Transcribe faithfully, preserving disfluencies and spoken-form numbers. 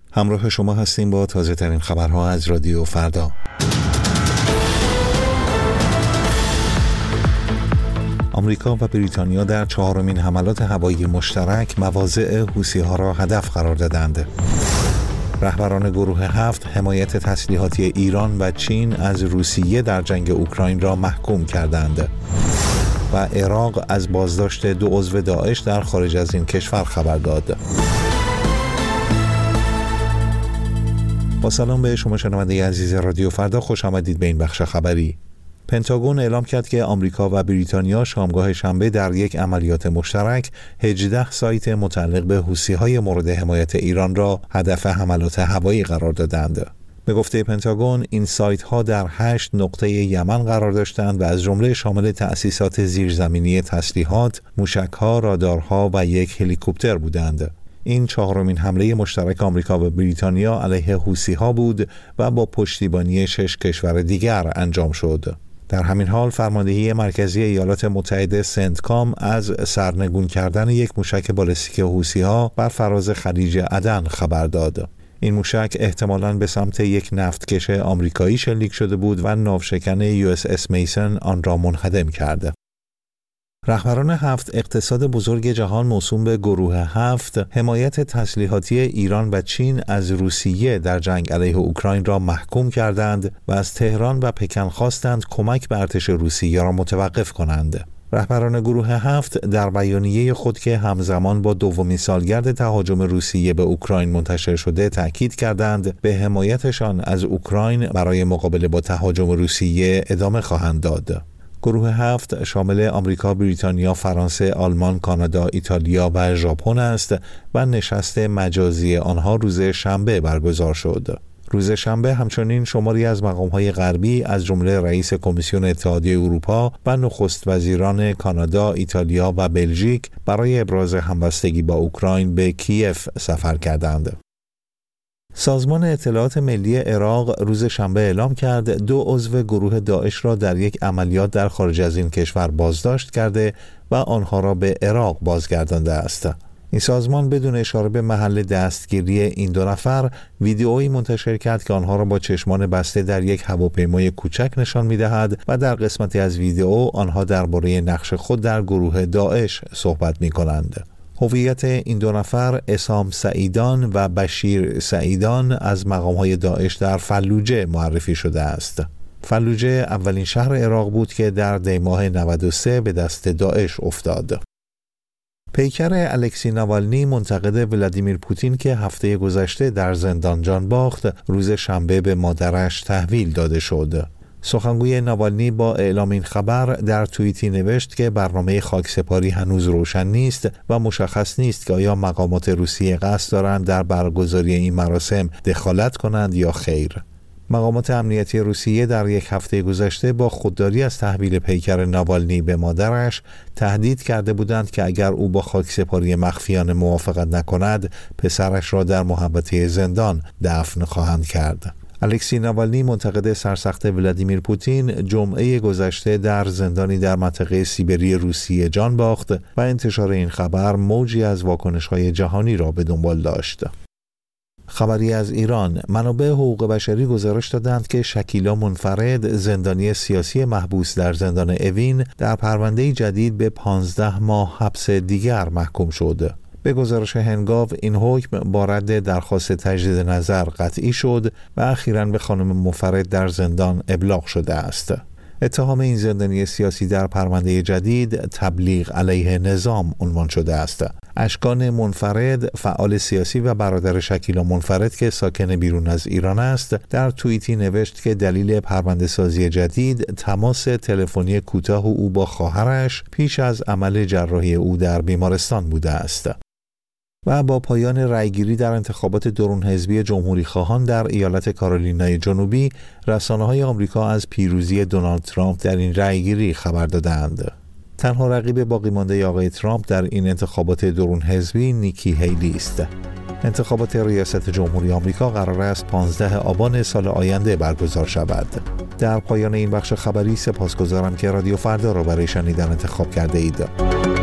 همراه شما هستیم با تازه ترین خبرها از رادیو فردا. آمریکا و بریتانیا در چهارمین حملات هوایی مشترک مواضع حوثی‌ها را هدف قرار دادند. رهبران گروه هفت حمایت تسلیحاتی ایران و چین از روسیه در جنگ اوکراین را محکوم کردند. و عراق از بازداشت دو عضو داعش در خارج از این کشور خبر داد. با سلام به شما شنونده عزیز رادیو فردا، خوش آمدید به این بخش خبری. پنتاگون اعلام کرد که آمریکا و بریتانیا شامگاه شنبه در یک عملیات مشترک هجده سایت متعلق به حوثی‌های مورد حمایت ایران را هدف حملات هوایی قرار دادند. به گفته پنتاگون این سایت ها در هشت نقطه یمن قرار داشتند و از جمله شامل تأسیسات زیرزمینی تسلیحات، موشک‌ها، رادارها و یک هلیکوپتر بودند. این چهارمین حمله مشترک آمریکا و بریتانیا علیه حوثی‌ها بود و با پشتیبانی شش کشور دیگر انجام شد. در همین حال فرماندهی مرکزی ایالات متحده سنتکام از سرنگون کردن یک موشک بالستیک حوثی‌ها بر فراز خلیج عدن خبر داد. این موشک احتمالاً به سمت یک نفتکش آمریکایی شلیک شده بود و ناوشکن یو اس اس میسن آن را منهدم کرد. رهبران هفت اقتصاد بزرگ جهان موسوم به گروه هفت حمایت تسلیحاتی ایران و چین از روسیه در جنگ علیه اوکراین را محکوم کردند و از تهران و پکن خواستند کمک به ارتش روسیه را متوقف کنند. رهبران گروه هفت در بیانیه خود که همزمان با دومین سالگرد تهاجم روسیه به اوکراین منتشر شده تأکید کردند به حمایتشان از اوکراین برای مقابله با تهاجم روسیه ادامه خواهند داد. گروه هفت شامل آمریکا، بریتانیا، فرانسه، آلمان، کانادا، ایتالیا و ژاپن است و نشست مجازی آنها روز شنبه برگزار شد. روز شنبه همچنین شماری از مقام‌های غربی از جمله رئیس کمیسیون اتحادیه اروپا و نخست وزیران کانادا، ایتالیا و بلژیک برای ابراز همبستگی با اوکراین به کیف سفر کردند. سازمان اطلاعات ملی عراق روز شنبه اعلام کرد دو عضو گروه داعش را در یک عملیات در خارج از این کشور بازداشت کرده و آنها را به عراق بازگردانده است. این سازمان بدون اشاره به محل دستگیری این دو نفر ویدئویی منتشر کرد که آنها را با چشمان بسته در یک هواپیمای کوچک نشان می‌دهد و در قسمتی از ویدئو آنها درباره نقش خود در گروه داعش صحبت می‌کنند. هویت این دو نفر عصام سعیدان و بشیر سعیدان از مقام‌های داعش در فلوجه معرفی شده است. فلوجه اولین شهر عراق بود که در دی ماه نود و سه به دست داعش افتاد. پیکر الکسی ناوالنی منتقد ولادیمیر پوتین که هفته گذشته در زندان جان باخت، روز شنبه به مادرش تحویل داده شد. سخنگوی ناوالنی با اعلام این خبر در توییتی نوشت که برنامه خاکسپاری هنوز روشن نیست و مشخص نیست که آیا مقامات روسیه قصد دارند در برگزاری این مراسم دخالت کنند یا خیر. مقامات امنیتی روسیه در یک هفته گذشته با خودداری از تحویل پیکر ناوالنی به مادرش تهدید کرده بودند که اگر او با خاکسپاری مخفیانه موافقت نکند، پسرش را در محوطه زندان دفن خواهند کرد. الکسی ناوالنی منتقد سرسخت ولادیمیر پوتین جمعه گذشته در زندانی در منطقه سیبری روسیه جان باخت و انتشار این خبر موجی از واکنش‌های جهانی را به دنبال داشت. خبری از ایران: منابع حقوق بشری گزارش دادند که شکیلا منفرد، زندانی سیاسی محبوس در زندان اوین، در پرونده جدید به پانزده ماه حبس دیگر محکوم شد. به گزارش هنگاو این حکم با رد درخواست تجدید نظر قطعی شد و اخیراً به خانم منفرد در زندان ابلاغ شده است. اتهام این زندانی سیاسی در پرونده جدید تبلیغ علیه نظام عنوان شده است. اشکان منفرد، فعال سیاسی و برادر شکیلا منفرد که ساکن بیرون از ایران است، در توییتی نوشت که دلیل پرونده سازی جدید تماس تلفنی کوتاه او با خواهرش پیش از عمل جراحی او در بیمارستان بوده است. و با پایان رأیگیری در انتخابات درون حزبی جمهوری خواهان در ایالت کارولینای جنوبی، رسانه‌های آمریکا از پیروزی دونالد ترامپ در این رأیگیری خبر دادند. تنها رقیب باقی مانده آقای ترامپ در این انتخابات درون حزبی نیکی هیلی است. انتخابات ریاست جمهوری آمریکا قرار است پانزده آبان سال آینده برگزار شود. در پایان این بخش خبری سپاسگزارم که رادیو فردا را برای شنیدن انتخاب کرده اید.